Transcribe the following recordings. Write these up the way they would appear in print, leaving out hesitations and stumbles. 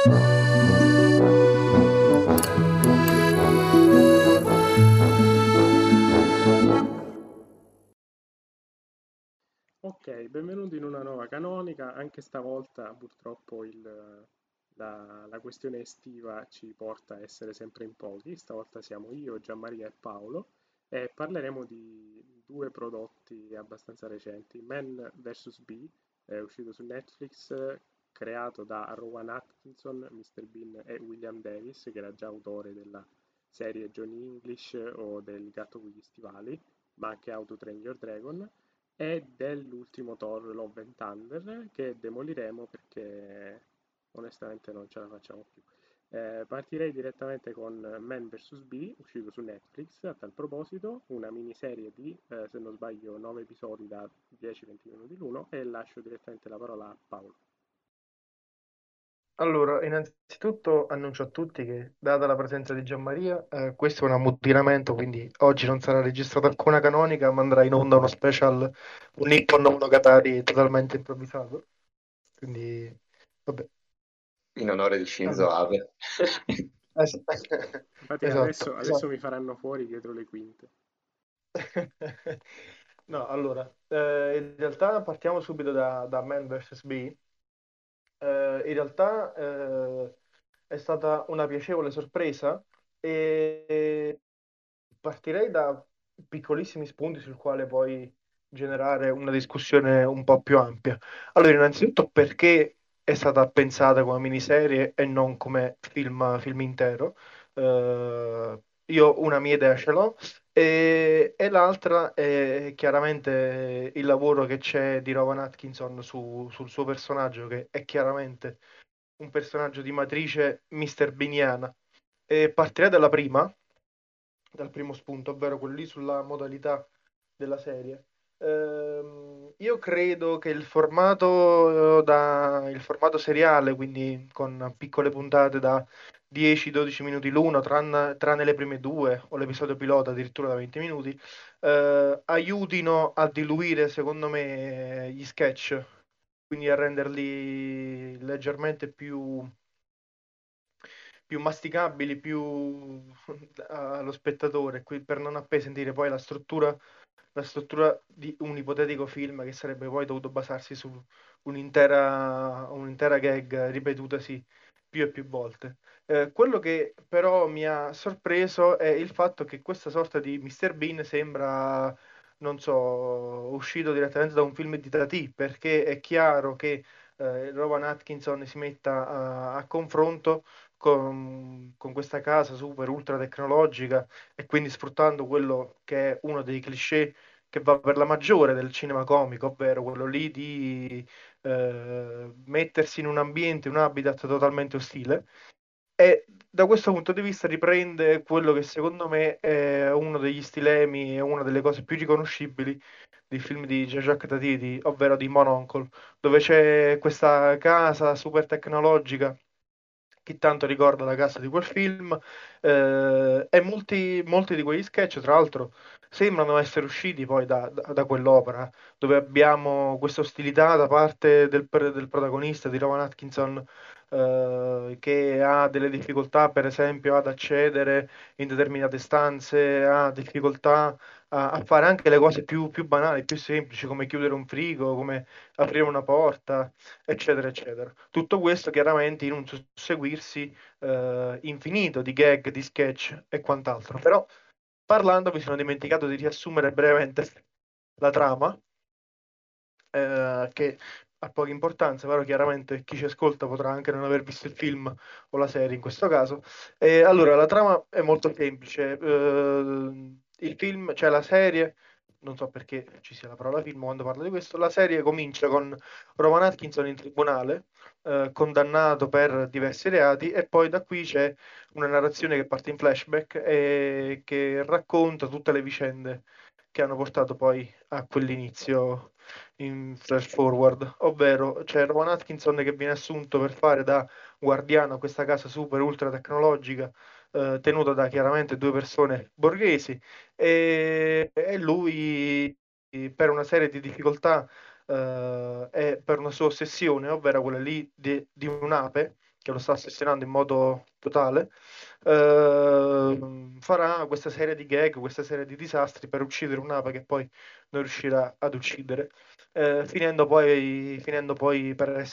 Ok, benvenuti in una nuova canonica. Anche stavolta purtroppo la questione estiva ci porta a essere sempre in pochi. Stavolta siamo io, Gianmaria e Paolo e parleremo di due prodotti abbastanza recenti. Man vs. Bee è uscito su Netflix, creato da Rowan Atkinson, Mr. Bean e William Davis, che era già autore della serie Johnny English o del Gatto con gli stivali, ma anche How to Train Your Dragon, e dell'ultimo Thor Love and Thunder, che demoliremo perché onestamente non ce la facciamo più. Partirei direttamente con Man vs. Bee, uscito su Netflix. A tal proposito, una miniserie di, se non sbaglio, 9 episodi da 10-20 minuti l'uno, e lascio direttamente la parola a Paolo. Allora, innanzitutto annuncio a tutti che, data la presenza di Gianmaria, questo è un ammutinamento, quindi oggi non sarà registrata alcuna canonica, ma andrà in onda uno special, un Nippon Monogatari totalmente improvvisato. Quindi, vabbè. In onore di Shinzo Allora, Abe. es- Infatti esatto, adesso esatto. mi faranno fuori dietro le quinte. No, allora, in realtà partiamo subito da Man vs. Bee. In realtà è stata una piacevole sorpresa e partirei da piccolissimi spunti sul quale poi generare una discussione un po' più ampia. Allora, innanzitutto perché è stata pensata come miniserie e non come film intero? Io una mia idea ce l'ho e l'altra è chiaramente il lavoro che c'è di Rowan Atkinson sul suo personaggio, che è chiaramente un personaggio di matrice Mr. Biniana. E partirei dalla prima, dal primo spunto, ovvero quello lì sulla modalità della serie. Io credo che il formato seriale, quindi con piccole puntate da 10-12 minuti l'uno, tranne le prime due, o l'episodio pilota addirittura da 20 minuti, aiutino a diluire, secondo me, gli sketch, quindi a renderli leggermente più masticabili, più allo spettatore, per non appesantire poi la struttura di un ipotetico film che sarebbe poi dovuto basarsi su un'intera gag ripetutasi più e più volte. Quello che però mi ha sorpreso è il fatto che questa sorta di Mr. Bean sembra, non so, uscito direttamente da un film di Tati, perché è chiaro che Rowan Atkinson si metta a confronto con questa casa super ultra tecnologica e quindi sfruttando quello che è uno dei cliché che va per la maggiore del cinema comico, ovvero quello lì di mettersi in un ambiente, un habitat totalmente ostile. E da questo punto di vista riprende quello che secondo me è uno degli stilemi e una delle cose più riconoscibili dei film di Jean-Jacques Tati, ovvero di Mononcle, dove c'è questa casa super tecnologica che tanto ricorda la casa di quel film, e molti di quegli sketch, tra l'altro, sembrano essere usciti poi da quell'opera, dove abbiamo questa ostilità da parte del protagonista di Rowan Atkinson, che ha delle difficoltà, per esempio, ad accedere in determinate stanze, ha difficoltà a fare anche le cose più banali, più semplici, come chiudere un frigo, come aprire una porta, eccetera, eccetera. Tutto questo chiaramente in un susseguirsi infinito di gag, di sketch e quant'altro. Però parlando mi sono dimenticato di riassumere brevemente la trama, che ha poca importanza, però chiaramente chi ci ascolta potrà anche non aver visto il film o la serie in questo caso. Allora, la trama è molto semplice. Il film, cioè la serie, non so perché ci sia la parola film quando parlo di questo, la serie comincia con Rowan Atkinson in tribunale, condannato per diversi reati, e poi da qui c'è una narrazione che parte in flashback e che racconta tutte le vicende che hanno portato poi a quell'inizio in flash forward, ovvero c'è Rowan Atkinson che viene assunto per fare da guardiano a questa casa super ultra tecnologica, tenuta da chiaramente due persone borghesi, e lui per una serie di difficoltà e per una sua ossessione, ovvero quella lì di un'ape che lo sta ossessionando in modo totale, farà questa serie di gag, questa serie di disastri per uccidere un'ape che poi non riuscirà ad uccidere, finendo poi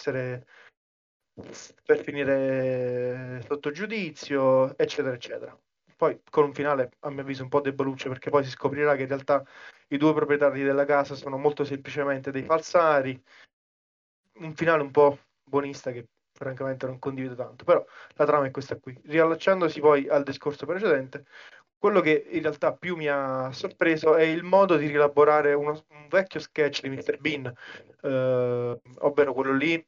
per finire sotto giudizio, eccetera, eccetera. Poi con un finale, a mio avviso, un po' deboluccio, perché poi si scoprirà che in realtà i due proprietari della casa sono molto semplicemente dei falsari. Un finale un po' buonista che francamente non condivido tanto, però la trama è questa qui. Riallacciandosi poi al discorso precedente, quello che in realtà più mi ha sorpreso è il modo di rielaborare un vecchio sketch di Mr. Bean, ovvero quello lì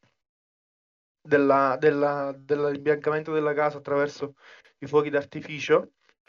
dell'imbiancamento della casa attraverso i fuochi d'artificio,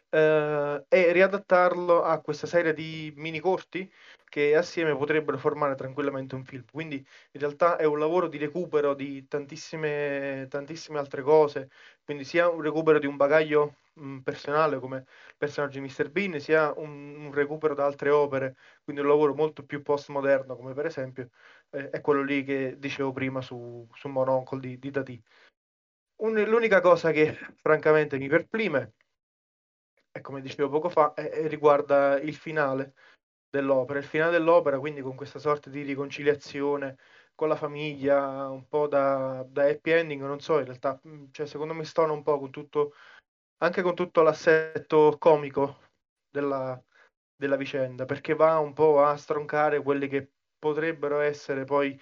e riadattarlo a questa serie di mini corti che assieme potrebbero formare tranquillamente un film. Quindi in realtà è un lavoro di recupero di tantissime altre cose, quindi sia un recupero di un bagaglio personale come il personaggio di Mr. Bean, sia un recupero da altre opere, quindi un lavoro molto più postmoderno come per esempio è quello lì che dicevo prima su Mononcle di Tati. L'unica cosa che francamente mi perplime, e come dicevo poco fa, riguarda il finale dell'opera. Il finale dell'opera, quindi con questa sorta di riconciliazione con la famiglia, un po' da happy ending, non so, in realtà, cioè, secondo me stona un po' con tutto, anche con tutto l'assetto comico della, della vicenda, perché va un po' a stroncare quelli che potrebbero essere poi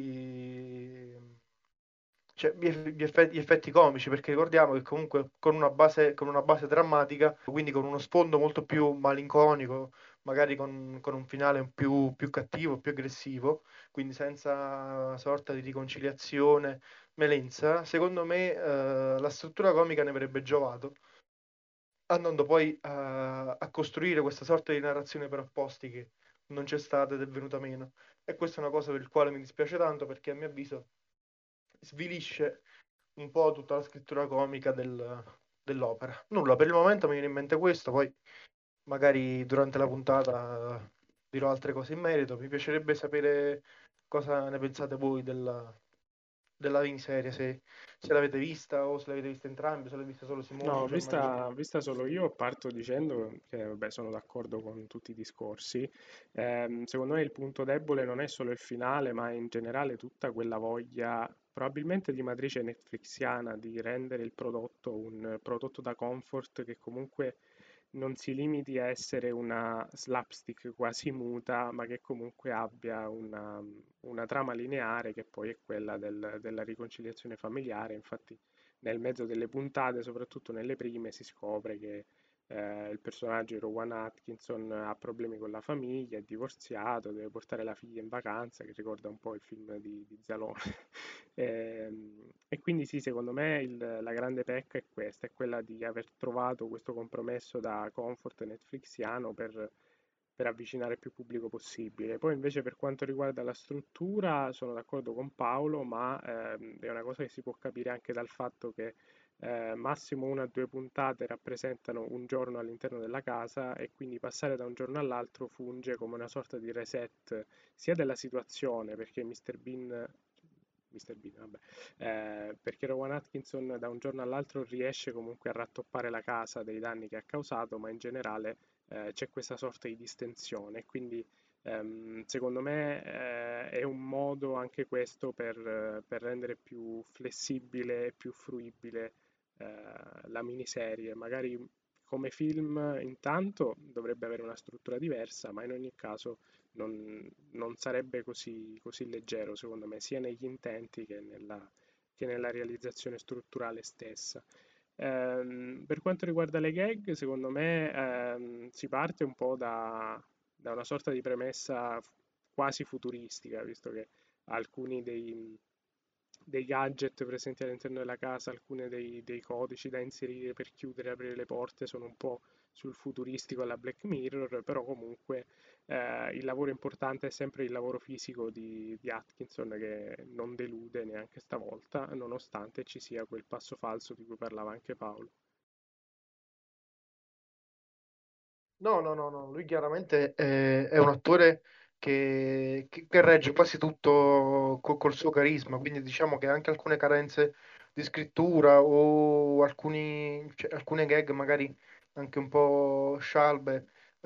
i, cioè, gli effetti comici, perché ricordiamo che comunque con una base drammatica, quindi con uno sfondo molto più malinconico, magari con un finale più cattivo, più aggressivo, quindi senza sorta di riconciliazione, melenza, secondo me la struttura comica ne avrebbe giovato, andando poi a costruire questa sorta di narrazione per opposti che non c'è stata ed è venuta meno. E questa è una cosa per la quale mi dispiace tanto, perché a mio avviso svilisce un po' tutta la scrittura comica dell'opera. Nulla, per il momento mi viene in mente questo, poi magari durante la puntata dirò altre cose in merito. Mi piacerebbe sapere cosa ne pensate voi della miniserie, se l'avete vista o se l'avete vista entrambi, se l'avete vista solo Simone o No, Gianmaria. vista solo io, parto dicendo che vabbè, sono d'accordo con tutti i discorsi. Secondo me il punto debole non è solo il finale, ma in generale tutta quella voglia, probabilmente di matrice netflixiana, di rendere il prodotto un prodotto da comfort che comunque non si limiti a essere una slapstick quasi muta, ma che comunque abbia una trama lineare che poi è quella della riconciliazione familiare. Infatti nel mezzo delle puntate, soprattutto nelle prime, si scopre che il personaggio di Rowan Atkinson ha problemi con la famiglia, è divorziato, deve portare la figlia in vacanza, che ricorda un po' il film di Zalone. E quindi sì, secondo me la grande pecca è questa, è quella di aver trovato questo compromesso da comfort netflixiano per avvicinare il più pubblico possibile. Poi invece per quanto riguarda la struttura sono d'accordo con Paolo, ma è una cosa che si può capire anche dal fatto che massimo una o due puntate rappresentano un giorno all'interno della casa e quindi passare da un giorno all'altro funge come una sorta di reset sia della situazione, perché Mr. Bean, vabbè, perché Rowan Atkinson da un giorno all'altro riesce comunque a rattoppare la casa dei danni che ha causato, ma in generale c'è questa sorta di distensione. Quindi secondo me è un modo anche questo per rendere più flessibile e più fruibile la miniserie. Magari come film intanto dovrebbe avere una struttura diversa, ma in ogni caso non sarebbe così leggero, secondo me, sia negli intenti che nella realizzazione strutturale stessa. Per quanto riguarda le gag, secondo me si parte un po' da una sorta di premessa quasi futuristica, visto che alcuni dei gadget presenti all'interno della casa, alcuni dei codici da inserire per chiudere e aprire le porte sono un po' sul futuristico alla Black Mirror, però comunque il lavoro importante è sempre il lavoro fisico di Atkinson che non delude neanche stavolta, nonostante ci sia quel passo falso di cui parlava anche Paolo. No, no, no, no, lui chiaramente è un attore che regge quasi tutto col suo carisma, quindi diciamo che ha anche alcune carenze di scrittura o alcune gag magari anche un po' scialbe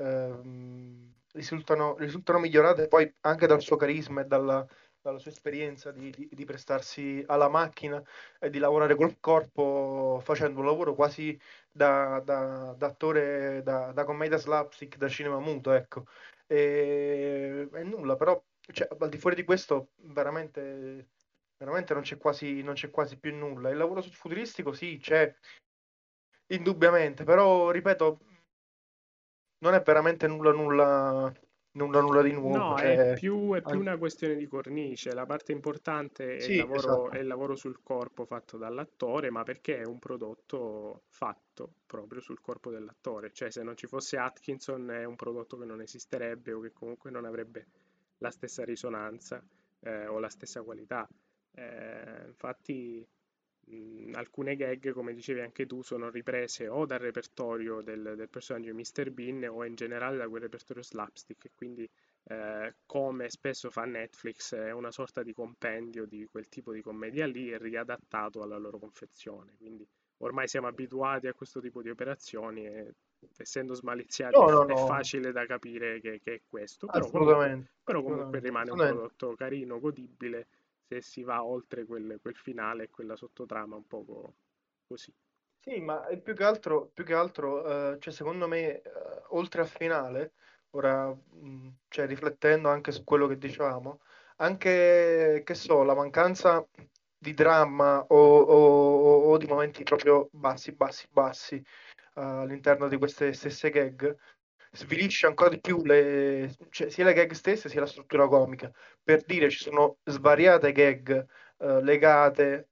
risultano migliorate poi anche dal suo carisma e dalla sua esperienza di prestarsi alla macchina e di lavorare col corpo facendo un lavoro quasi da attore, da commedia slapstick, da cinema muto, ecco. E nulla, però cioè, al di fuori di questo veramente non c'è quasi più nulla. Il lavoro sul futuristico sì, c'è indubbiamente, però ripeto, non è veramente nulla di nuovo. No, Cioè, è più una questione di cornice. La parte importante sì, è esatto. il lavoro sul corpo fatto dall'attore, ma perché è un prodotto fatto proprio sul corpo dell'attore. Cioè, se non ci fosse Atkinson è un prodotto che non esisterebbe o che comunque non avrebbe la stessa risonanza, o la stessa qualità. Infatti, alcune gag, come dicevi anche tu, sono riprese o dal repertorio del personaggio di Mr. Bean o in generale da quel repertorio slapstick, e quindi come spesso fa Netflix, è una sorta di compendio di quel tipo di commedia lì e riadattato alla loro confezione. Quindi ormai siamo abituati a questo tipo di operazioni e essendo smaliziati No, no, è no, facile da capire che è questo, assolutamente, però comunque assolutamente, rimane un assolutamente. prodotto carino, godibile, se si va oltre quel finale e quella sottotrama un poco così. Sì, ma più che altro, cioè, secondo me, oltre al finale, ora, cioè, riflettendo anche su quello che dicevamo, anche, che so, la mancanza di dramma o di momenti proprio bassi, bassi, bassi, all'interno di queste stesse gag, svilisce ancora di più cioè, sia le gag stesse sia la struttura comica. Per dire, ci sono svariate gag, legate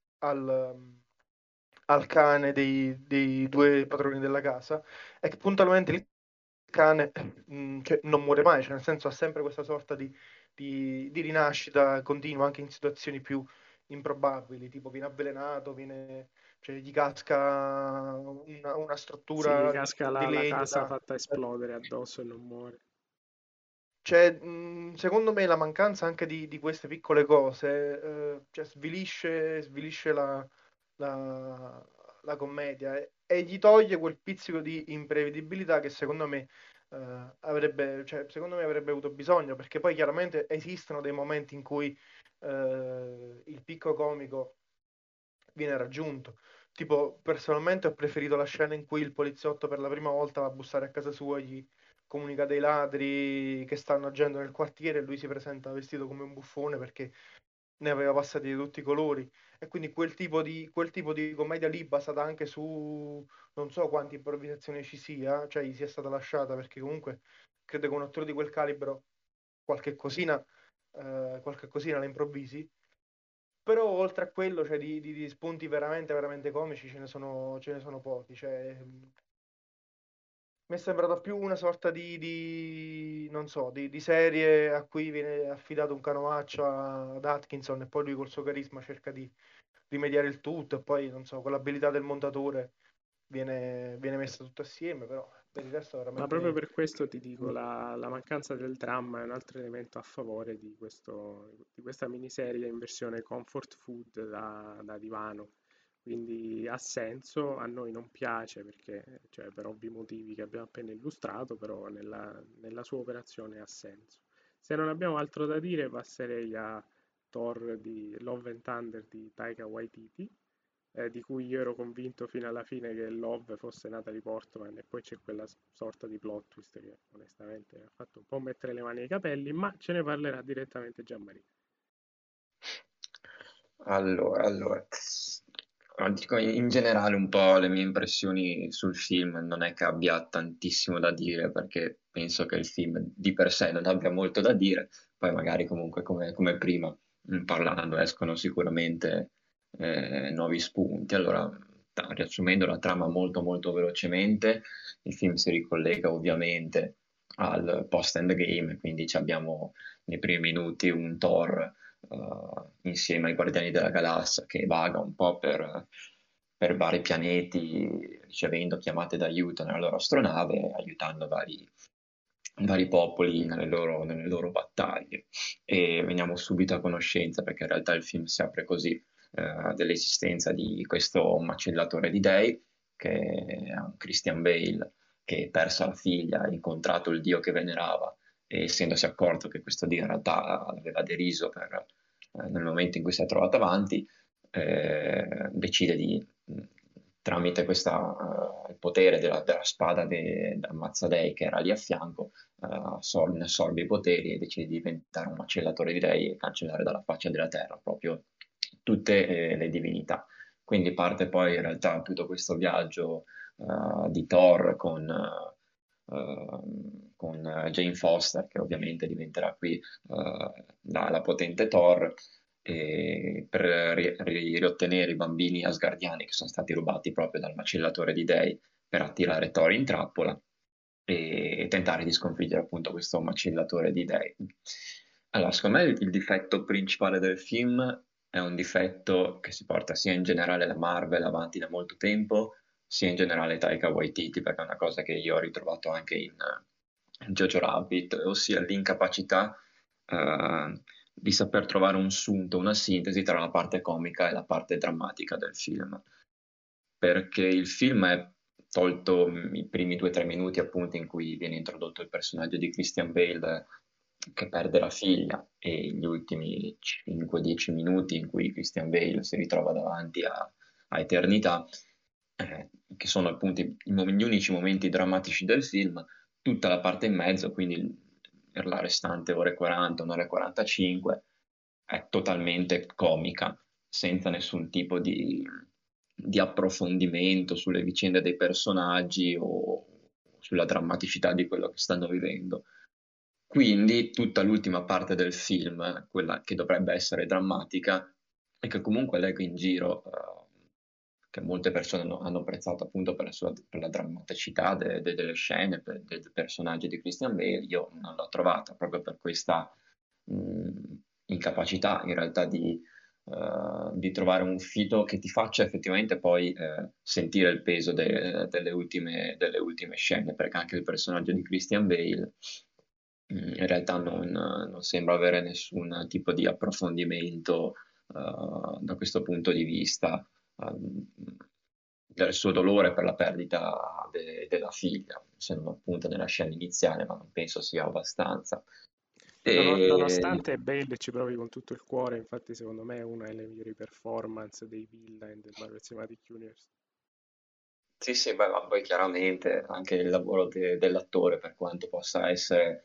al cane dei due padroni della casa e che puntualmente il cane cioè, non muore mai, cioè nel senso ha sempre questa sorta di rinascita continua anche in situazioni più improbabili, tipo viene avvelenato, cioè, gli casca una Sì, gli struttura casca di la legno casa fatta esplodere addosso e non muore. cioè, secondo me la mancanza anche di queste piccole cose cioè, svilisce la- la commedia e gli toglie quel pizzico di imprevedibilità che secondo me avrebbe avuto bisogno, perché poi chiaramente esistono dei momenti in cui il picco comico viene raggiunto. Tipo, personalmente ho preferito la scena in cui il poliziotto per la prima volta va a bussare a casa sua e gli comunica dei ladri che stanno agendo nel quartiere e lui si presenta vestito come un buffone perché ne aveva passati di tutti i colori. E quindi quel tipo di commedia lì basata anche su non so quante improvvisazioni ci sia, cioè gli sia stata lasciata perché comunque credo che un attore di quel calibro qualche cosina, qualche cosina la improvvisi. Però oltre a quello, cioè, di spunti veramente, veramente comici ce ne sono pochi. Cioè, mi è sembrato più una sorta non so, di serie a cui viene affidato un canovaccio ad Atkinson e poi lui col suo carisma cerca di rimediare il tutto e poi, non so, con l'abilità del montatore viene messa tutto assieme, però per il resto è Ma proprio veramente... per questo ti dico, la mancanza del dramma è un altro elemento a favore di questa miniserie in versione comfort food da divano. Quindi ha senso, a noi non piace perché, cioè, per ovvi motivi che abbiamo appena illustrato, però nella sua operazione ha senso. Se non abbiamo altro da dire, passerei a Thor di Love and Thunder di Taika Waititi, di cui io ero convinto fino alla fine che Love fosse Natalie Portman, e poi c'è quella sorta di plot twist che onestamente mi ha fatto un po' mettere le mani ai capelli, ma ce ne parlerà direttamente Gianmaria. Allora, dico in generale un po' le mie impressioni sul film non è che abbia tantissimo da dire perché penso che il film di per sé non abbia molto da dire, poi magari comunque come prima parlando escono sicuramente nuovi spunti. Allora, riassumendo la trama molto molto velocemente, il film si ricollega ovviamente al post-endgame, quindi ci abbiamo nei primi minuti un Thor insieme ai Guardiani della Galassia che vaga un po' per vari pianeti, ricevendo chiamate d'aiuto nella loro astronave, aiutando vari popoli nelle loro battaglie. E veniamo subito a conoscenza, perché in realtà il film si apre così, dell'esistenza di questo macellatore di dei, che è un Christian Bale che persa la figlia, ha incontrato il dio che venerava e essendosi accorto che questo dio in realtà l'aveva deriso nel momento in cui si è trovato avanti, decide di, tramite il potere della spada dell'Ammazzadei che era lì a fianco, ne assorbe i poteri e decide di diventare un macellatore di dei e cancellare dalla faccia della terra proprio tutte le divinità. Quindi parte poi in realtà tutto questo viaggio di Thor con Jane Foster, che ovviamente diventerà qui la potente Thor, per riottenere i bambini asgardiani che sono stati rubati proprio dal macellatore di dei per attirare Thor in trappola e tentare di sconfiggere appunto questo macellatore di dei. Allora, secondo me il difetto principale del film è un difetto che si porta sia in generale la Marvel avanti da molto tempo, sia in generale Taika Waititi, perché è una cosa che io ho ritrovato anche in Jojo Rabbit, ossia l'incapacità di saper trovare un sunto, una sintesi tra la parte comica e la parte drammatica del film. Perché il film è tolto i primi 2 o 3 minuti appunto in cui viene introdotto il personaggio di Christian Bale che perde la figlia e gli ultimi 5-10 minuti in cui Christian Bale si ritrova davanti a eternità, che sono appunto gli unici momenti drammatici del film, tutta la parte in mezzo, quindi per la restante ore 40, un'ora e 45, è totalmente comica, senza nessun tipo di approfondimento sulle vicende dei personaggi o sulla drammaticità di quello che stanno vivendo. Quindi tutta l'ultima parte del film, quella che dovrebbe essere drammatica, e che comunque leggo in giro, che molte persone hanno apprezzato appunto per la drammaticità delle scene, dei personaggi di Christian Bale, io non l'ho trovata proprio per questa mh, incapacità in realtà di trovare un filo che ti faccia effettivamente poi sentire il peso delle ultime scene, perché anche il personaggio di Christian Bale in realtà non sembra avere nessun tipo di approfondimento da questo punto di vista del suo dolore per la perdita della figlia, se non appunto nella scena iniziale, ma non penso sia abbastanza. E Nonostante Bale ci provi con tutto il cuore, infatti secondo me è una delle migliori performance dei villain del Marvel Cinematic Universe. sì, sì, beh, ma poi chiaramente anche il lavoro dell'attore, per quanto possa essere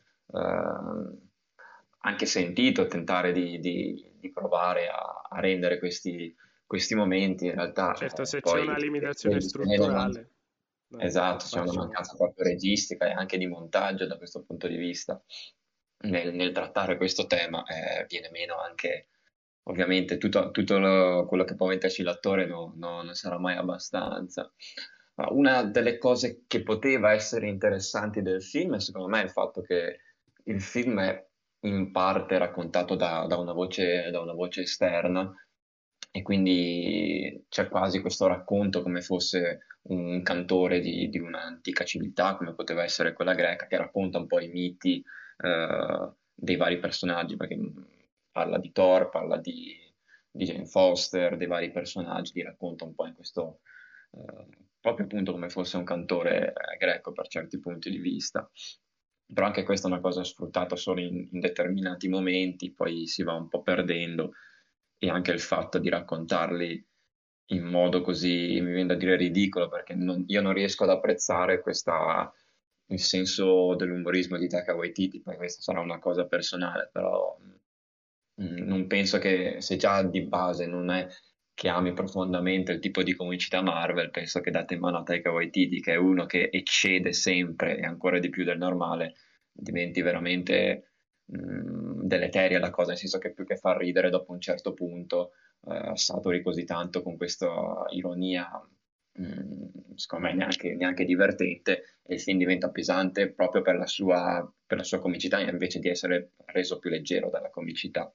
anche sentito, tentare di provare a rendere questi momenti, in realtà Certo, se c'è poi una limitazione vedi bene strutturale non può esatto, c'è una farci molto. mancanza proprio registica e anche di montaggio da questo punto di vista. Nel trattare questo tema viene meno anche, ovviamente, tutto quello che può metterci l'attore non sarà mai abbastanza. Ma una delle cose che poteva essere interessanti del film, secondo me, è il fatto che il film è in parte raccontato da una voce esterna e quindi c'è quasi questo racconto come fosse un cantore di un'antica civiltà, come poteva essere quella greca, che racconta un po' i miti dei vari personaggi, perché parla di Thor, parla di Jane Foster, dei vari personaggi, li racconta un po' in questo, proprio appunto come fosse un cantore greco per certi punti di vista. Però anche questa è una cosa sfruttata solo in determinati momenti, poi si va un po' perdendo, e anche il fatto di raccontarli in modo così, mi viene da dire ridicolo, perché io non riesco ad apprezzare il senso dell'umorismo di Taika Waititi, poi questa sarà una cosa personale, però non penso che se già di base non è che ami profondamente il tipo di comicità Marvel, penso che date in mano a Taika Waititi, che è uno che eccede sempre e ancora di più del normale, diventi veramente deleteria la cosa, nel senso che più che far ridere dopo un certo punto, saturi così tanto con questa ironia, secondo me neanche divertente, e il film diventa pesante proprio per la sua comicità, invece di essere reso più leggero dalla comicità.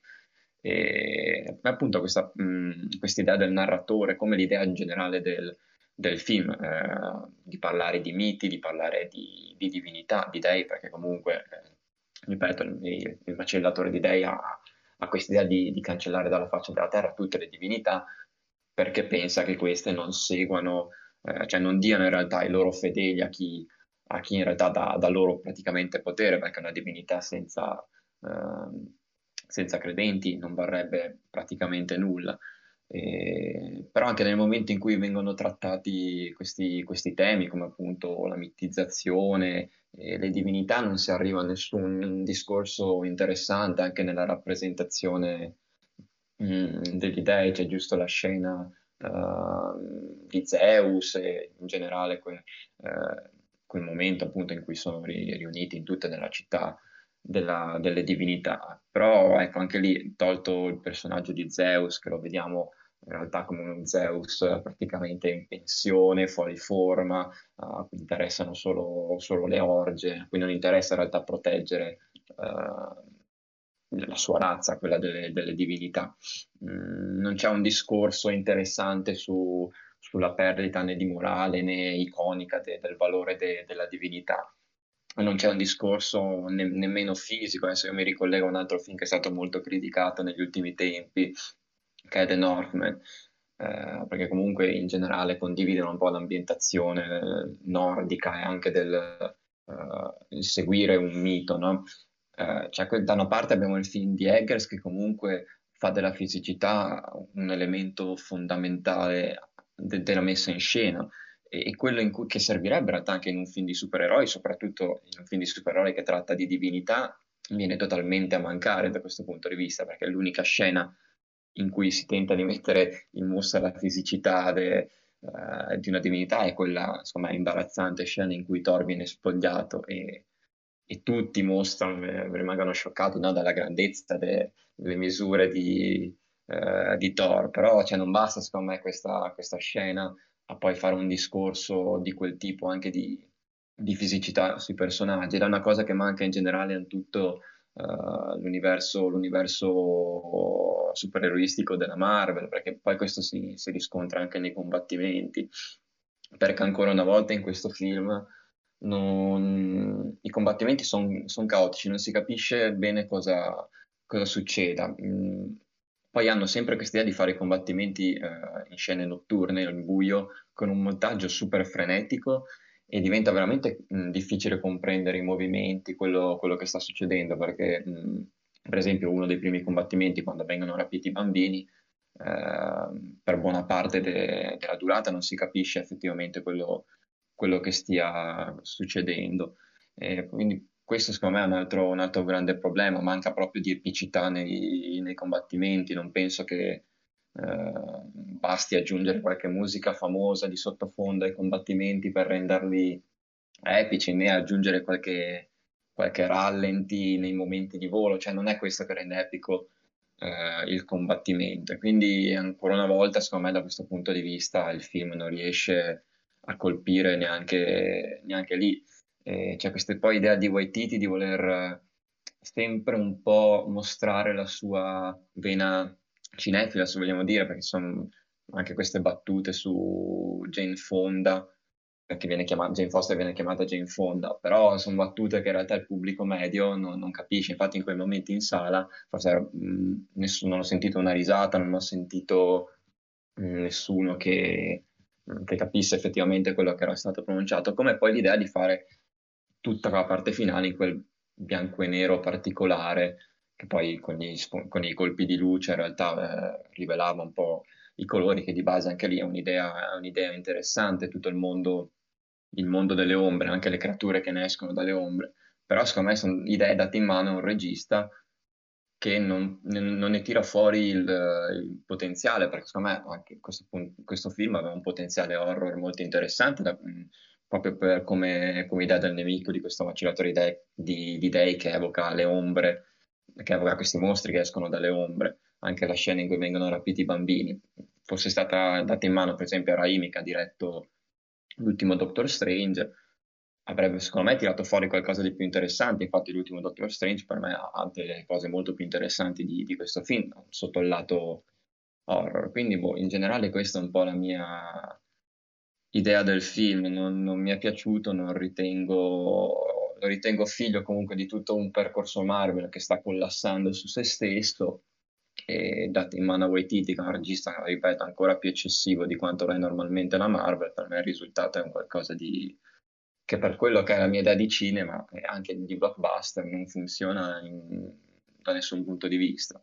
E appunto questa idea del narratore, come l'idea in generale del film, di parlare di miti, di parlare di divinità, di dei, perché comunque, ripeto, il macellatore di dei ha questa idea di cancellare dalla faccia della terra tutte le divinità, perché pensa che queste non seguano, cioè non diano in realtà i loro fedeli a chi in realtà dà loro praticamente potere, perché una divinità senza credenti non varrebbe praticamente nulla. Però anche nel momento in cui vengono trattati questi temi, come appunto la mitizzazione e le divinità, non si arriva a nessun discorso interessante anche nella rappresentazione degli dei. C'è giusto la scena di Zeus e in generale quel momento appunto in cui sono riuniti in tutte nella città delle divinità. Però ecco, anche lì, tolto il personaggio di Zeus, che lo vediamo in realtà come uno Zeus praticamente in pensione, fuori forma, a cui interessano solo le orge, a cui non interessa in realtà proteggere la sua razza, quella delle divinità. Non c'è un discorso interessante sulla perdita né di morale né iconica del valore della divinità. Non c'è un discorso nemmeno fisico. Adesso io mi ricollego a un altro film che è stato molto criticato negli ultimi tempi, che è The Northman, perché comunque in generale condividono un po' l'ambientazione nordica e anche il seguire un mito, no? Cioè, da una parte abbiamo il film di Eggers che comunque fa della fisicità un elemento fondamentale della messa in scena e quello che servirebbe in realtà anche in un film di supereroi, soprattutto in un film di supereroi che tratta di divinità, viene totalmente a mancare da questo punto di vista, perché è l'unica scena in cui si tenta di mettere in mostra la fisicità di una divinità è quella, insomma, imbarazzante scena in cui Thor viene spogliato e tutti mostrano, rimangono scioccati, no, dalla grandezza delle misure di Thor, però cioè, non basta secondo me questa scena a poi fare un discorso di quel tipo anche di fisicità sui personaggi, ed è una cosa che manca in generale in tutto l'universo supereroistico della Marvel, perché poi questo si riscontra anche nei combattimenti, perché ancora una volta in questo film i combattimenti sono caotici, non si capisce bene cosa succeda. Poi hanno sempre questa idea di fare i combattimenti in scene notturne, al buio, con un montaggio super frenetico e diventa veramente difficile comprendere i movimenti, quello che sta succedendo, perché per esempio uno dei primi combattimenti, quando vengono rapiti i bambini, per buona parte della durata non si capisce effettivamente quello che stia succedendo. Quindi questo secondo me è un altro grande problema, manca proprio di epicità nei combattimenti, non penso che basti aggiungere qualche musica famosa di sottofondo ai combattimenti per renderli epici, né aggiungere qualche rallenti nei momenti di volo, cioè non è questo che rende epico il combattimento. E quindi ancora una volta, secondo me, da questo punto di vista, il film non riesce a colpire neanche lì. C'è questa poi idea di Waititi di voler sempre un po' mostrare la sua vena cinefila, se vogliamo dire, perché sono anche queste battute su Jane Fonda, che viene chiamata, Jane Foster viene chiamata Jane Fonda, però sono battute che in realtà il pubblico medio non capisce. Infatti in quei momenti in sala forse non ho sentito una risata, non ho sentito nessuno che capisse effettivamente quello che era stato pronunciato, come poi l'idea di fare tutta la parte finale in quel bianco e nero particolare, che poi con i colpi di luce in realtà rivelava un po' i colori, che di base anche lì è un'idea interessante, tutto il mondo delle ombre, anche le creature che ne escono dalle ombre, però secondo me sono idee date in mano a un regista che non ne tira fuori il potenziale, perché secondo me anche questo film aveva un potenziale horror molto interessante, proprio come idea del nemico, di questo macellatore di dei che evoca le ombre, che evoca questi mostri che escono dalle ombre, anche la scena in cui vengono rapiti i bambini. Fosse stata data in mano, per esempio, a Raimi, che ha diretto l'ultimo Doctor Strange, avrebbe secondo me tirato fuori qualcosa di più interessante. Infatti l'ultimo Doctor Strange per me ha delle cose molto più interessanti di questo film, sotto il lato horror. Quindi boh, in generale questa è un po' la mia idea del film. Non mi è piaciuto, lo ritengo figlio comunque di tutto un percorso Marvel che sta collassando su se stesso e dati in mano a Waititi, che è un regista, ripeto, ancora più eccessivo di quanto lo è normalmente la Marvel, per me il risultato è un qualcosa di che per quello che è la mia idea di cinema e anche di blockbuster non funziona da nessun punto di vista.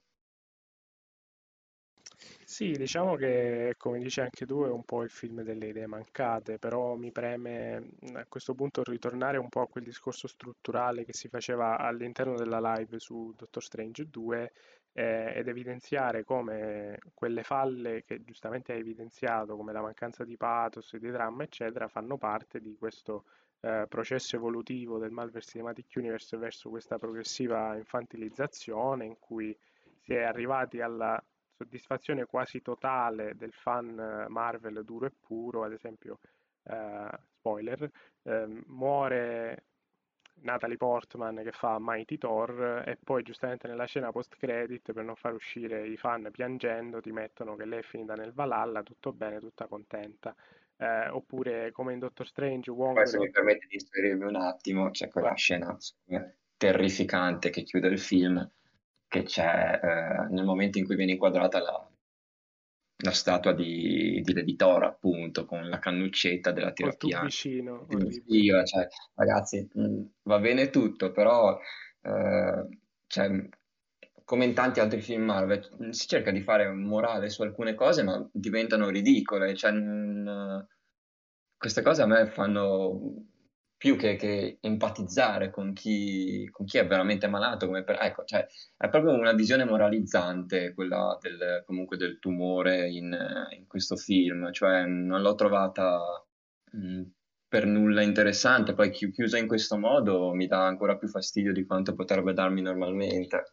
Sì, diciamo che, come dici anche tu, è un po' il film delle idee mancate, però mi preme a questo punto ritornare un po' a quel discorso strutturale che si faceva all'interno della live su Doctor Strange 2 ed evidenziare come quelle falle che giustamente hai evidenziato, come la mancanza di pathos, di dramma, eccetera, fanno parte di questo processo evolutivo del Marvel Cinematic Universe verso questa progressiva infantilizzazione in cui si è arrivati alla soddisfazione quasi totale del fan Marvel duro e puro, ad esempio, spoiler, muore Natalie Portman che fa Mighty Thor e poi giustamente nella scena post-credit per non far uscire i fan piangendo ti mettono che lei è finita nel Valhalla, tutto bene, tutta contenta. Oppure come in Doctor Strange, Poi Wong se mi permette di inserirmi un attimo, c'è quella scena secondo me, terrificante che chiude il film, che c'è nel momento in cui viene inquadrata la statua di Lady Thor, appunto, con la cannuccetta della col tirapiano. tubicino, orribile. Io, cioè, ragazzi, va bene tutto, però, cioè, come in tanti altri film Marvel, si cerca di fare un morale su alcune cose, ma diventano ridicole. Cioè, queste cose a me fanno più che empatizzare con chi è veramente malato. Ecco, cioè, è proprio una visione moralizzante quella comunque del tumore in questo film, cioè non l'ho trovata mh, per nulla interessante, poi chiusa in questo modo mi dà ancora più fastidio di quanto potrebbe darmi normalmente.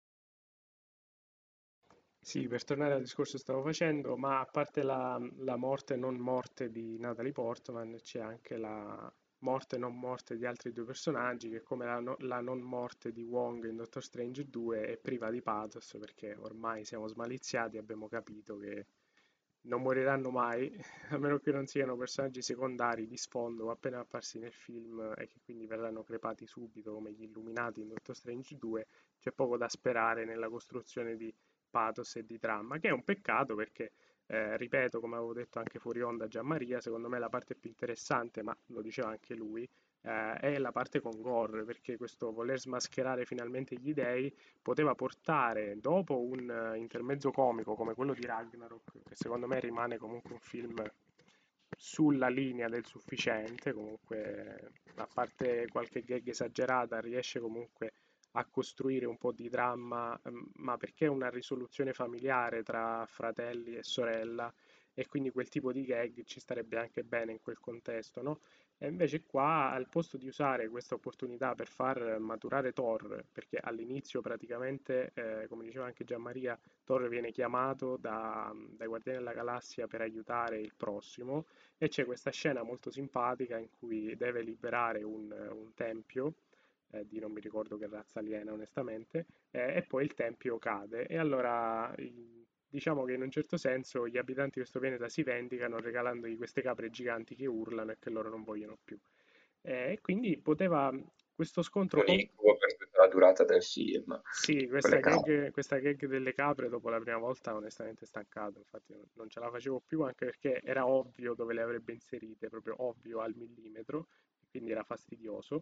Sì, per tornare al discorso che stavo facendo, ma a parte la morte e non morte di Natalie Portman, c'è anche la morte e non morte di altri due personaggi, che come la non morte di Wong in Doctor Strange 2 è priva di pathos, perché ormai siamo smaliziati e abbiamo capito che non moriranno mai, a meno che non siano personaggi secondari di sfondo o appena apparsi nel film e che quindi verranno crepati subito come gli Illuminati in Doctor Strange 2, c'è poco da sperare nella costruzione di pathos e di dramma, che è un peccato perché, ripeto, come avevo detto anche fuori onda a Gianmaria, secondo me la parte più interessante, ma lo diceva anche lui, è la parte con Gore, perché questo voler smascherare finalmente gli dei poteva portare, dopo un intermezzo comico come quello di Ragnarok, che secondo me rimane comunque un film sulla linea del sufficiente, comunque a parte qualche gag esagerata, riesce comunque a costruire un po' di dramma, ma perché è una risoluzione familiare tra fratelli e sorella e quindi quel tipo di gag ci starebbe anche bene in quel contesto, no? E invece qua, al posto di usare questa opportunità per far maturare Thor, perché all'inizio praticamente, come diceva anche Gianmaria, Thor viene chiamato dai Guardiani della Galassia per aiutare il prossimo, e c'è questa scena molto simpatica in cui deve liberare un tempio, di non mi ricordo che razza aliena onestamente, e poi il tempio cade. E allora diciamo che in un certo senso gli abitanti di questo pianeta si vendicano regalandogli queste capre giganti che urlano e che loro non vogliono più. E quindi poteva questo scontro Un con... incubo per tutta la durata del film, Sì, quelle cose. questa gag delle capre dopo la prima volta onestamente stancato, infatti non ce la facevo più anche perché era ovvio dove le avrebbe inserite, proprio ovvio al millimetro, quindi era fastidioso.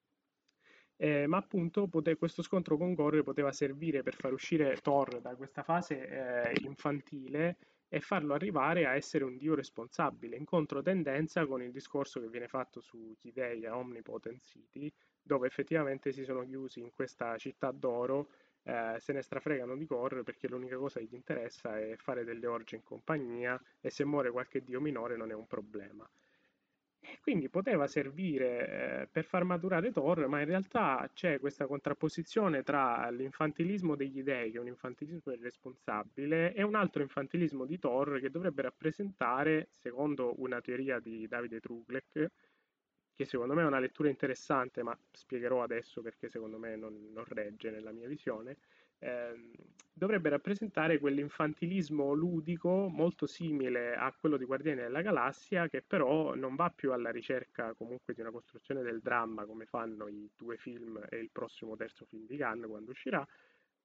Ma appunto questo scontro con Gore poteva servire per far uscire Thor da questa fase infantile e farlo arrivare a essere un dio responsabile, in controtendenza con il discorso che viene fatto sugli dei a Omnipotent City, dove effettivamente si sono chiusi in questa città d'oro, se ne strafregano di Gore perché l'unica cosa che gli interessa è fare delle orge in compagnia e se muore qualche dio minore non è un problema. E quindi poteva servire per far maturare Thor, ma in realtà c'è questa contrapposizione tra l'infantilismo degli dei, che è un infantilismo irresponsabile, e un altro infantilismo di Thor che dovrebbe rappresentare, secondo una teoria di Davide Truglek, che secondo me è una lettura interessante, ma spiegherò adesso perché secondo me non regge nella mia visione, ehm, dovrebbe rappresentare quell'infantilismo ludico molto simile a quello di Guardiani della Galassia, che però non va più alla ricerca comunque di una costruzione del dramma come fanno i due film e il prossimo terzo film di Gunn quando uscirà,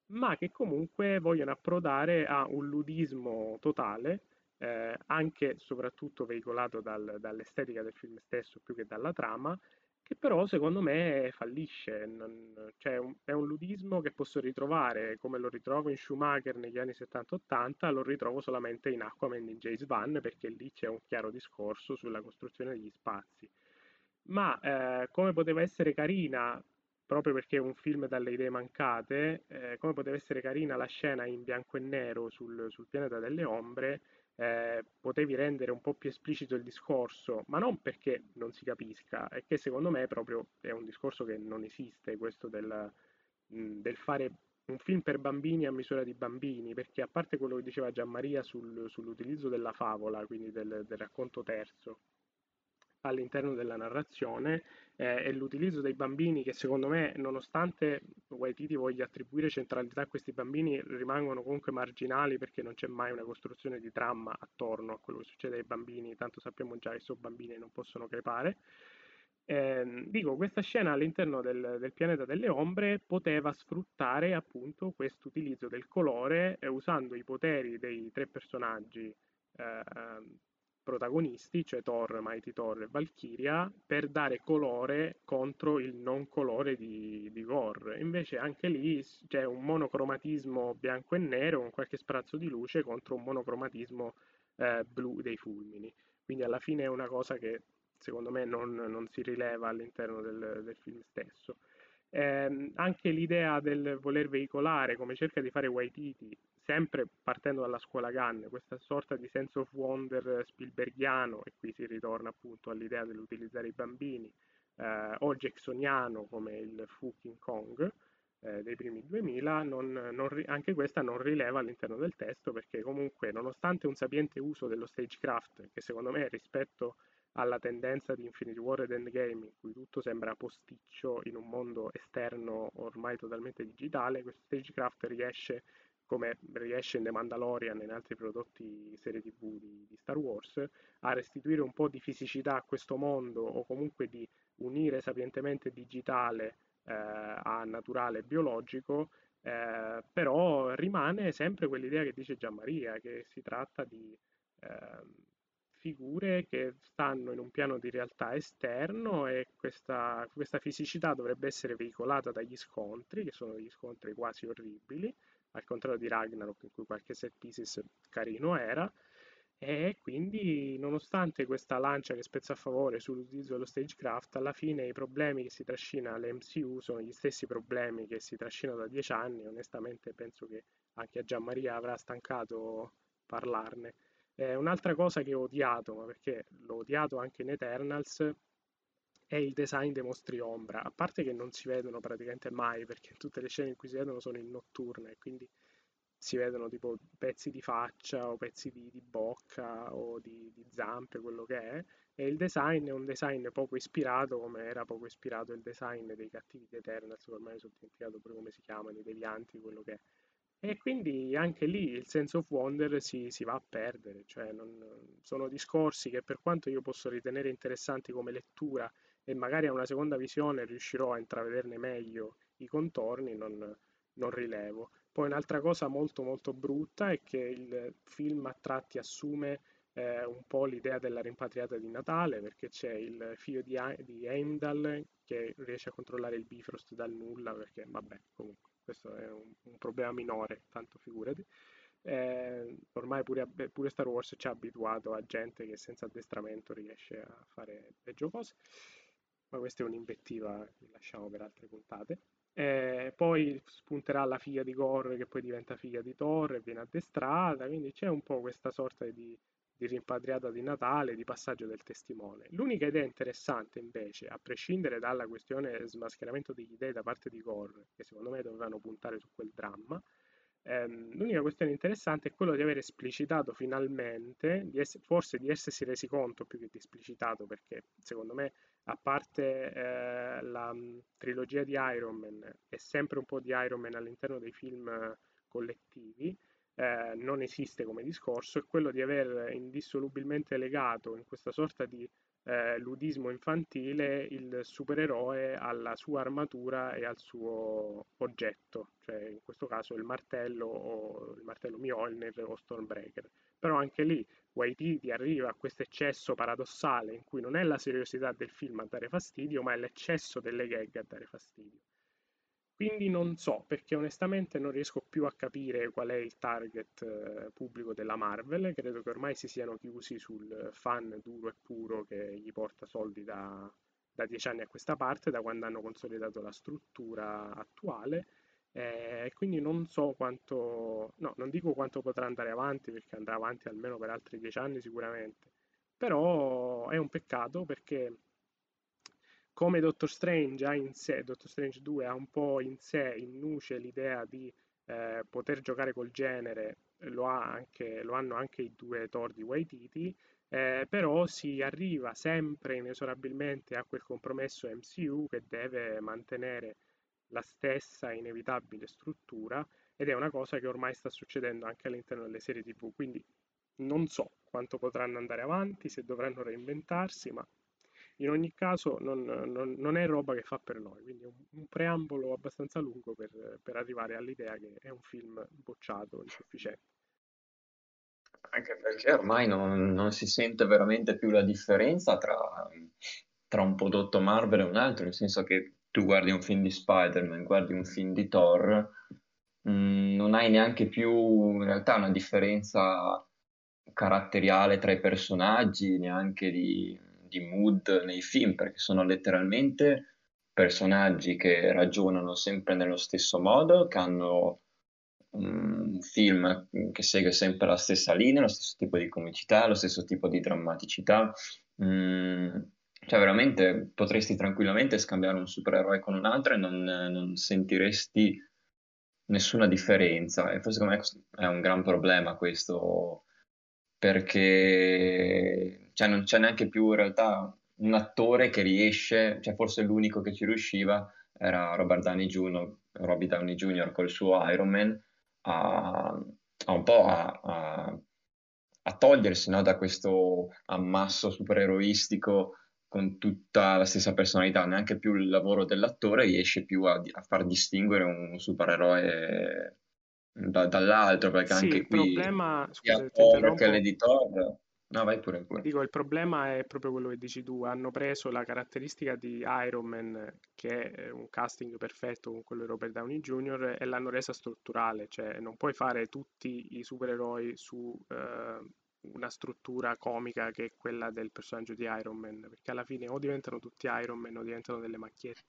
ma che comunque vogliono approdare a un ludismo totale, anche e soprattutto veicolato dall'estetica del film stesso più che dalla trama, che però secondo me fallisce. Cioè, è un ludismo che posso ritrovare come lo ritrovo in Schumacher negli anni 70-80, lo ritrovo solamente in Aquaman di James Van, perché lì c'è un chiaro discorso sulla costruzione degli spazi. Ma come poteva essere carina, proprio perché è un film dalle idee mancate, come poteva essere carina la scena in bianco e nero sul pianeta delle ombre, potevi rendere un po' più esplicito il discorso, ma non perché non si capisca, è che secondo me proprio è un discorso che non esiste, questo del fare un film per bambini a misura di bambini, perché a parte quello che diceva Gianmaria sull'utilizzo della favola, quindi del racconto terzo, all'interno della narrazione, e l'utilizzo dei bambini che secondo me, nonostante Waititi voglia attribuire centralità a questi bambini, rimangono comunque marginali perché non c'è mai una costruzione di dramma attorno a quello che succede ai bambini, tanto sappiamo già che sono bambini e non possono crepare. Dico, questa scena all'interno del pianeta delle ombre poteva sfruttare appunto questo utilizzo del colore, usando i poteri dei tre personaggi protagonisti, cioè Thor, Mighty Thor e Valkyria, per dare colore contro il non colore di Gore. Invece anche lì c'è un monocromatismo bianco e nero con qualche sprazzo di luce contro un monocromatismo blu dei fulmini. Quindi alla fine è una cosa che secondo me non si rileva all'interno del film stesso. Anche l'idea del voler veicolare, come cerca di fare Waititi, sempre partendo dalla scuola Gunn, questa sorta di sense of wonder spielbergiano, e qui si ritorna appunto all'idea dell'utilizzare i bambini, o jacksoniano come il Fu King Kong dei primi 2000, anche questa non rileva all'interno del testo perché comunque nonostante un sapiente uso dello stagecraft, che secondo me rispetto alla tendenza di Infinity War ed Endgame in cui tutto sembra posticcio in un mondo esterno ormai totalmente digitale, questo stagecraft riesce, come riesce in The Mandalorian e in altri prodotti serie TV di Star Wars, a restituire un po' di fisicità a questo mondo o comunque di unire sapientemente digitale a naturale e biologico, però rimane sempre quell'idea che dice Gianmaria, che si tratta di ehm, figure che stanno in un piano di realtà esterno e questa fisicità dovrebbe essere veicolata dagli scontri, che sono degli scontri quasi orribili, al contrario di Ragnarok in cui qualche set pieces carino era, e quindi nonostante questa lancia che spezza a favore sull'utilizzo dello stagecraft, alla fine i problemi che si trascina l'MCU sono gli stessi problemi che si trascinano da 10 anni, onestamente penso che anche a Gianmaria avrà stancato parlarne. Un'altra cosa che ho odiato, ma perché l'ho odiato anche in Eternals, è il design dei mostri ombra. A parte che non si vedono praticamente mai, perché tutte le scene in cui si vedono sono in notturna e quindi si vedono tipo pezzi di faccia o pezzi di bocca o di zampe, quello che è. E il design è un design poco ispirato, come era poco ispirato il design dei cattivi di Eternals, ormai mi sono dimenticato pure come si chiamano, i devianti, quello che è. E quindi anche lì il sense of wonder si va a perdere, cioè sono discorsi che per quanto io posso ritenere interessanti come lettura e magari a una seconda visione riuscirò a intravederne meglio i contorni, non rilevo. Poi un'altra cosa molto molto brutta è che il film a tratti assume un po' l'idea della rimpatriata di Natale, perché c'è il figlio di Heimdall che riesce a controllare il Bifrost dal nulla, perché vabbè, comunque questo è un problema minore, tanto figurati. Ormai pure Star Wars ci ha abituato a gente che senza addestramento riesce a fare peggio cose, ma questa è un'invettiva che lasciamo per altre puntate. Poi spunterà la figlia di Gore che poi diventa figlia di Thor e viene addestrata, quindi c'è un po' questa sorta di rimpatriata di Natale, di passaggio del testimone. L'unica idea interessante invece, a prescindere dalla questione smascheramento degli dei da parte di Gore, che secondo me dovevano puntare su quel dramma, l'unica questione interessante è quello di aver esplicitato finalmente, forse di essersi resi conto più che di esplicitato, perché secondo me a parte la trilogia di Iron Man e sempre un po' di Iron Man all'interno dei film collettivi, non esiste come discorso, è quello di aver indissolubilmente legato in questa sorta di ludismo infantile, il supereroe ha la sua armatura e al suo oggetto, cioè in questo caso il martello o il martello Mjolnir o Stormbreaker. Però anche lì Waititi arriva a questo eccesso paradossale in cui non è la seriosità del film a dare fastidio, ma è l'eccesso delle gag a dare fastidio. Quindi non so, perché onestamente non riesco più a capire qual è il target pubblico della Marvel. Credo che ormai si siano chiusi sul fan duro e puro che gli porta soldi da 10 anni a questa parte, da quando hanno consolidato la struttura attuale. E quindi non so quanto, no, non dico quanto potrà andare avanti, perché andrà avanti almeno per altri 10 anni sicuramente. Però è un peccato perché come Doctor Strange ha in sé, Doctor Strange 2 ha un po' in sé, in nuce l'idea di poter giocare col genere, lo hanno anche i due Thor di Waititi, però si arriva sempre inesorabilmente a quel compromesso MCU che deve mantenere la stessa inevitabile struttura ed è una cosa che ormai sta succedendo anche all'interno delle serie TV, quindi non so quanto potranno andare avanti, se dovranno reinventarsi, ma in ogni caso non è roba che fa per noi, quindi è un preambolo abbastanza lungo per arrivare all'idea che è un film bocciato, insufficiente. Anche perché ormai non si sente veramente più la differenza tra un prodotto Marvel e un altro, nel senso che tu guardi un film di Spider-Man, guardi un film di Thor, non hai neanche più in realtà una differenza caratteriale tra i personaggi, neanche di mood nei film, perché sono letteralmente personaggi che ragionano sempre nello stesso modo, che hanno un film che segue sempre la stessa linea, lo stesso tipo di comicità, lo stesso tipo di drammaticità. Mm, cioè, veramente potresti tranquillamente scambiare un supereroe con un altro e non sentiresti nessuna differenza. E forse secondo me è un gran problema questo, perché cioè, non c'è neanche più in realtà un attore che riesce, cioè forse l'unico che ci riusciva era Robbie Downey Jr. col suo Iron Man a, a un po' a togliersi, no, da questo ammasso supereroistico con tutta la stessa personalità, neanche più il lavoro dell'attore riesce più a far distinguere un supereroe dall'altro, perché Sì, anche il qui problema, sia scusa se ti Thor che interrompo, l'editor, no, vai pure, pure. dico, il problema è proprio quello che dici tu, hanno preso la caratteristica di Iron Man, che è un casting perfetto con quello di Robert Downey Jr., e l'hanno resa strutturale, cioè non puoi fare tutti i supereroi su una struttura comica che è quella del personaggio di Iron Man, perché alla fine o diventano tutti Iron Man o diventano delle macchiette.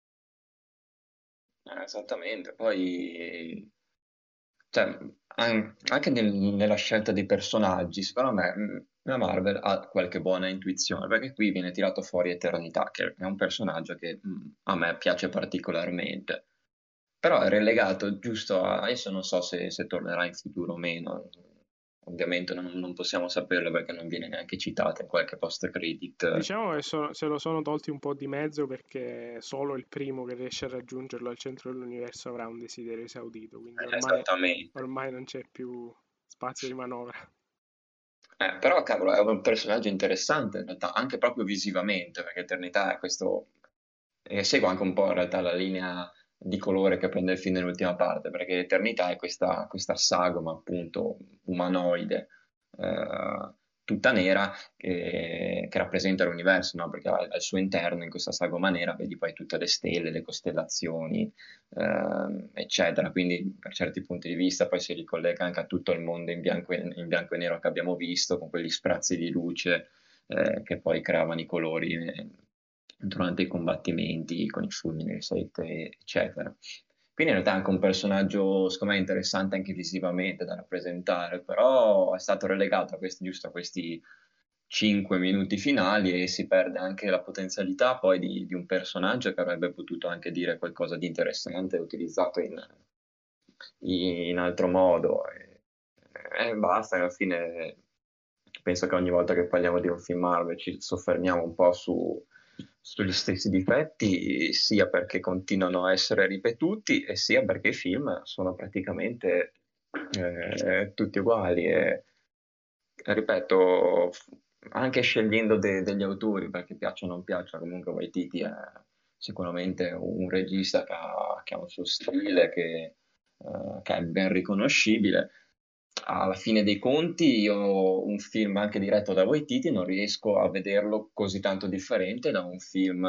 Esattamente, poi cioè, anche nella scelta dei personaggi, secondo me, la Marvel ha qualche buona intuizione, perché qui viene tirato fuori Eternità, che è un personaggio che a me piace particolarmente, però è relegato giusto a... Adesso non so se tornerà in futuro o meno, ovviamente non possiamo saperlo perché non viene neanche citata in qualche post-credit. Diciamo che se lo sono tolti un po' di mezzo perché solo il primo che riesce a raggiungerlo al centro dell'universo avrà un desiderio esaudito, quindi Esattamente. ormai non c'è più spazio di manovra. Però cavolo, è un personaggio interessante in realtà, anche proprio visivamente, perché Eternità è questo, e seguo anche un po' in realtà la linea di colore che prende il film nell'ultima parte, perché Eternità è questa sagoma appunto umanoide, eh, tutta nera, che rappresenta l'universo, no? Perché al suo interno, in questa sagoma nera, vedi poi tutte le stelle, le costellazioni, eccetera. Quindi per certi punti di vista poi si ricollega anche a tutto il mondo in bianco e nero che abbiamo visto, con quegli sprazzi di luce che poi creavano i colori durante i combattimenti con i fulmini, le saette, eccetera. Quindi in realtà è anche un personaggio, secondo me, interessante anche visivamente da rappresentare, però è stato relegato giusto a questi 5 minuti finali e si perde anche la potenzialità poi di un personaggio che avrebbe potuto anche dire qualcosa di interessante utilizzato in altro modo. E basta, alla fine penso che ogni volta che parliamo di un film Marvel ci soffermiamo un po' sugli stessi difetti, sia perché continuano a essere ripetuti e sia perché i film sono praticamente tutti uguali. E ripeto, anche scegliendo degli autori, perché piaccia o non piaccia, comunque Waititi è sicuramente un regista che ha un suo stile, che è ben riconoscibile. Alla fine dei conti, io un film anche diretto da Waititi non riesco a vederlo così tanto differente da un film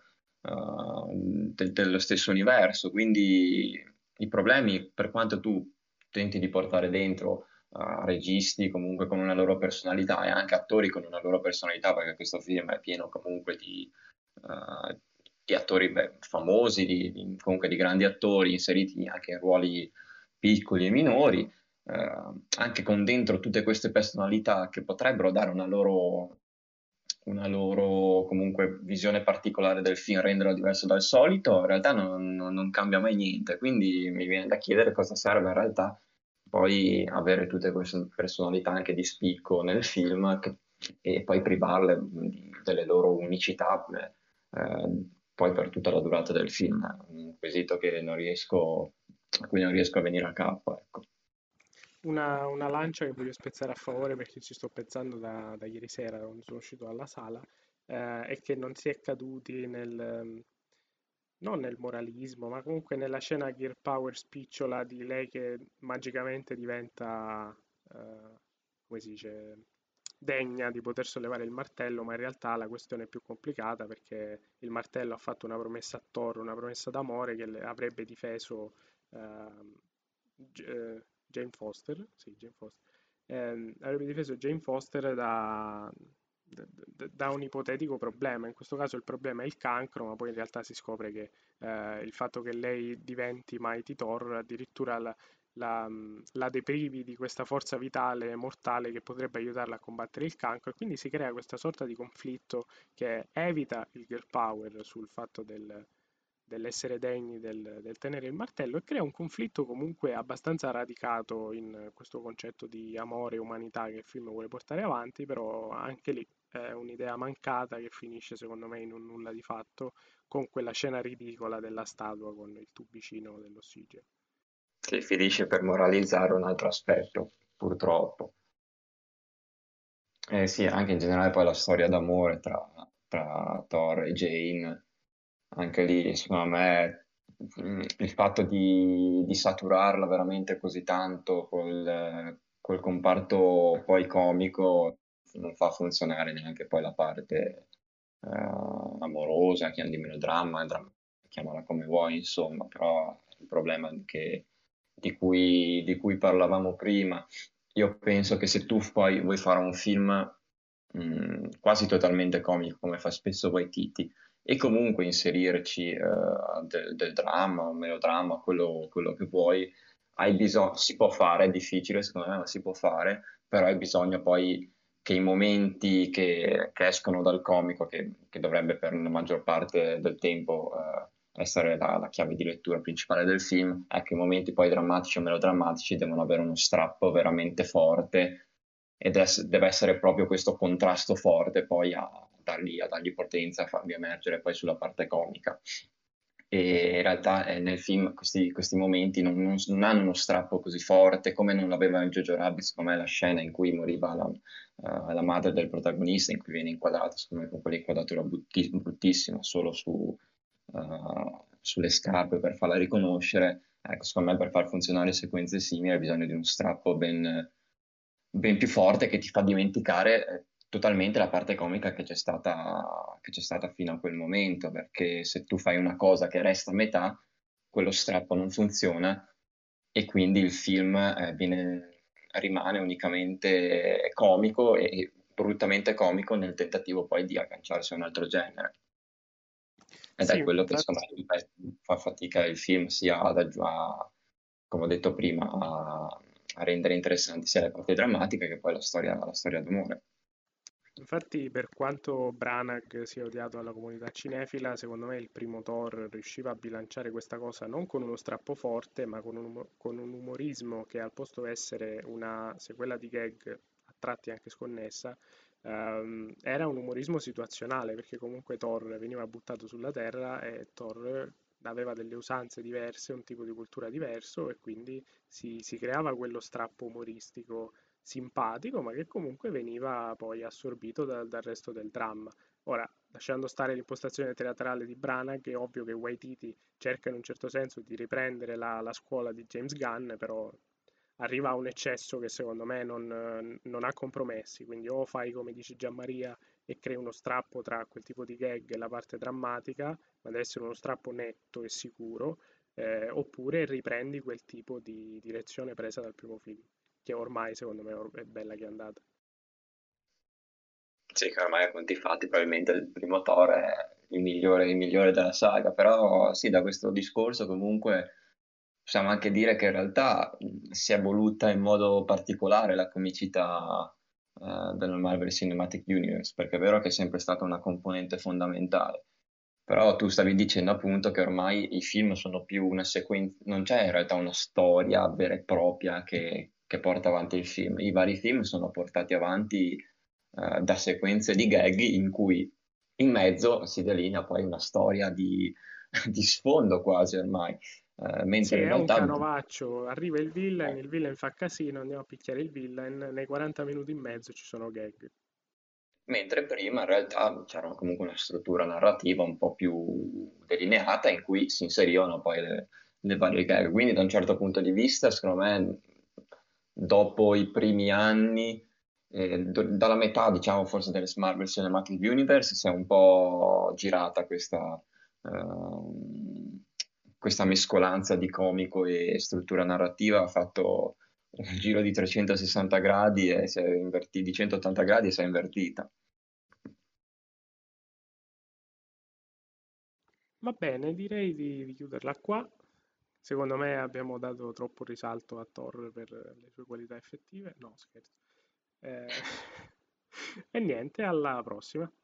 dello stesso universo. Quindi i problemi, per quanto tu tenti di portare dentro registi comunque con una loro personalità e anche attori con una loro personalità, perché questo film è pieno comunque eh, di attori famosi, comunque di grandi attori inseriti anche in ruoli piccoli e minori, anche con dentro tutte queste personalità che potrebbero dare una loro comunque visione particolare del film, renderlo diverso dal solito, in realtà non cambia mai niente. Quindi mi viene da chiedere cosa serve in realtà poi avere tutte queste personalità anche di spicco nel film e poi privarle delle loro unicità poi per tutta la durata del film. È un quesito a cui non riesco a venire a capo, ecco. Una lancia che voglio spezzare a favore perché ci sto pensando da ieri sera quando sono uscito dalla sala, è che non si è caduti non nel moralismo, ma comunque nella scena Gear Power spicciola di lei che magicamente diventa, come si dice, degna di poter sollevare il martello, ma in realtà la questione è più complicata perché il martello ha fatto una promessa a Thor, una promessa d'amore che le avrebbe difeso ehm, Jane Foster, sì, Jane Foster, avrebbe difeso Jane Foster da un ipotetico problema. In questo caso il problema è il cancro, ma poi in realtà si scopre che il fatto che lei diventi Mighty Thor addirittura la deprivi di questa forza vitale mortale che potrebbe aiutarla a combattere il cancro, e quindi si crea questa sorta di conflitto che evita il girl power sul fatto dell'essere degni del tenere il martello, e crea un conflitto comunque abbastanza radicato in questo concetto di amore e umanità che il film vuole portare avanti, però anche lì è un'idea mancata che finisce secondo me in un nulla di fatto con quella scena ridicola della statua con il tubicino dell'ossigeno. Che finisce per moralizzare un altro aspetto, purtroppo. Sì, anche in generale poi la storia d'amore tra Thor e Jane, anche lì secondo me il fatto di saturarla veramente così tanto col comparto poi comico non fa funzionare neanche poi la parte amorosa, chiama di melodramma, chiamala come vuoi, insomma, però il problema di cui parlavamo prima, io penso che se tu poi vuoi fare un film quasi totalmente comico, come fa spesso Waititi, e comunque inserirci del dramma, un melodramma, quello che vuoi, hai bisogno, si può fare, è difficile secondo me, ma si può fare, però hai bisogno poi che i momenti che escono dal comico, che dovrebbe per la maggior parte del tempo essere la chiave di lettura principale del film, ecco, i momenti poi drammatici o melodrammatici devono avere uno strappo veramente forte ed deve essere proprio questo contrasto forte poi a dargli potenza, a farli emergere poi sulla parte comica. E in realtà nel film questi momenti non hanno uno strappo così forte come non l'aveva in Jojo Rabbit, secondo me la scena in cui moriva la madre del protagonista, in cui viene inquadrata, secondo me con quell'inquadratura bruttissima solo sulle scarpe per farla riconoscere. Ecco, secondo me per far funzionare sequenze simili hai bisogno di uno strappo ben più forte che ti fa dimenticare totalmente la parte comica che c'è stata fino a quel momento, perché se tu fai una cosa che resta a metà, quello strappo non funziona e quindi il film rimane unicamente comico e bruttamente comico nel tentativo poi di agganciarsi a un altro genere. Ed Sì, è quello che infatti. secondo me fa fatica il film sia come ho detto prima, a rendere interessanti sia le parti drammatiche che poi la storia d'amore. Infatti, per quanto Branagh sia odiato dalla comunità cinefila, secondo me il primo Thor riusciva a bilanciare questa cosa non con uno strappo forte, ma con un umorismo che al posto di essere una sequela di gag a tratti anche sconnessa, era un umorismo situazionale, perché comunque Thor veniva buttato sulla Terra e Thor aveva delle usanze diverse, un tipo di cultura diverso, e quindi si creava quello strappo umoristico simpatico, ma che comunque veniva poi assorbito dal resto del dramma. Ora, lasciando stare l'impostazione teatrale di Branagh, è ovvio che Waititi cerca in un certo senso di riprendere la scuola di James Gunn, però arriva a un eccesso che secondo me non ha compromessi, quindi o fai come dice Gianmaria e crei uno strappo tra quel tipo di gag e la parte drammatica, ma deve essere uno strappo netto e sicuro, oppure riprendi quel tipo di direzione presa dal primo film, che ormai secondo me è bella che è andata. Sì, che ormai a conti fatti probabilmente il primo Thor è il migliore della saga, però sì, da questo discorso comunque possiamo anche dire che in realtà si è evoluta in modo particolare la comicità del Marvel Cinematic Universe, perché è vero che è sempre stata una componente fondamentale, però tu stavi dicendo appunto che ormai i film sono più una sequenza, non c'è in realtà una storia vera e propria che porta avanti il film. I vari film sono portati avanti da sequenze di gag in cui in mezzo si delinea poi una storia di sfondo quasi ormai. Sì, Mentre in è un realtà canovaccio, arriva il villain fa casino, andiamo a picchiare il villain, nei 40 minuti in mezzo ci sono gag. Mentre prima in realtà c'era comunque una struttura narrativa un po' più delineata in cui si inserivano poi le varie gag. Quindi da un certo punto di vista, secondo me, dopo i primi anni, dalla metà, diciamo, forse del Marvel Cinematic Universe, si è un po' girata questa mescolanza di comico e struttura narrativa, ha fatto un giro di 360 gradi e di 180 gradi e si è invertita. Va bene, direi di chiuderla qua. Secondo me abbiamo dato troppo risalto a Thor per le sue qualità effettive. No, scherzo. Eh, E niente, alla prossima.